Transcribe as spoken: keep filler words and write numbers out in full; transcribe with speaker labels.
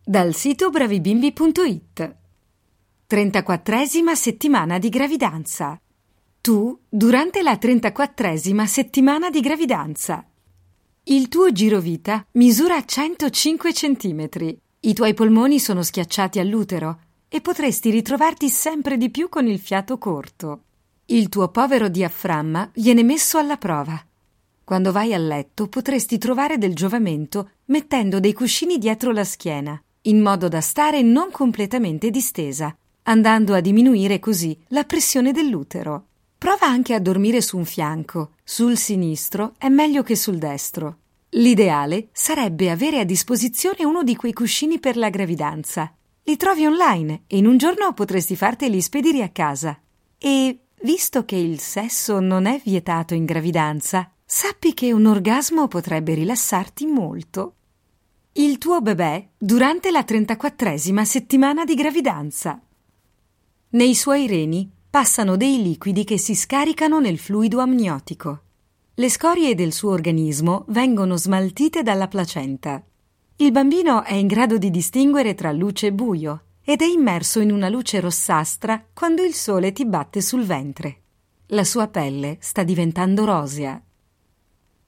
Speaker 1: Dal sito bravibimbi punto it. trentaquattresima settimana di gravidanza. Tu durante la trentaquattresima settimana di gravidanza. Il tuo girovita misura centocinque centimetri. I tuoi polmoni sono schiacciati all'utero e potresti ritrovarti sempre di più con il fiato corto. Il tuo povero diaframma viene messo alla prova. Quando vai a letto potresti trovare del giovamento mettendo dei cuscini dietro la schiena, in modo da stare non completamente distesa, andando a diminuire così la pressione dell'utero. Prova anche a dormire su un fianco. Sul sinistro è meglio che sul destro. L'ideale sarebbe avere a disposizione uno di quei cuscini per la gravidanza. Li trovi online e in un giorno potresti farteli spedire a casa. E, visto che il sesso non è vietato in gravidanza, sappi che un orgasmo potrebbe rilassarti molto. Il tuo bebè durante la trentaquattresima settimana di gravidanza. Nei suoi reni passano dei liquidi che si scaricano nel fluido amniotico. Le scorie del suo organismo vengono smaltite dalla placenta. Il bambino è in grado di distinguere tra luce e buio ed è immerso in una luce rossastra quando il sole ti batte sul ventre. La sua pelle sta diventando rosea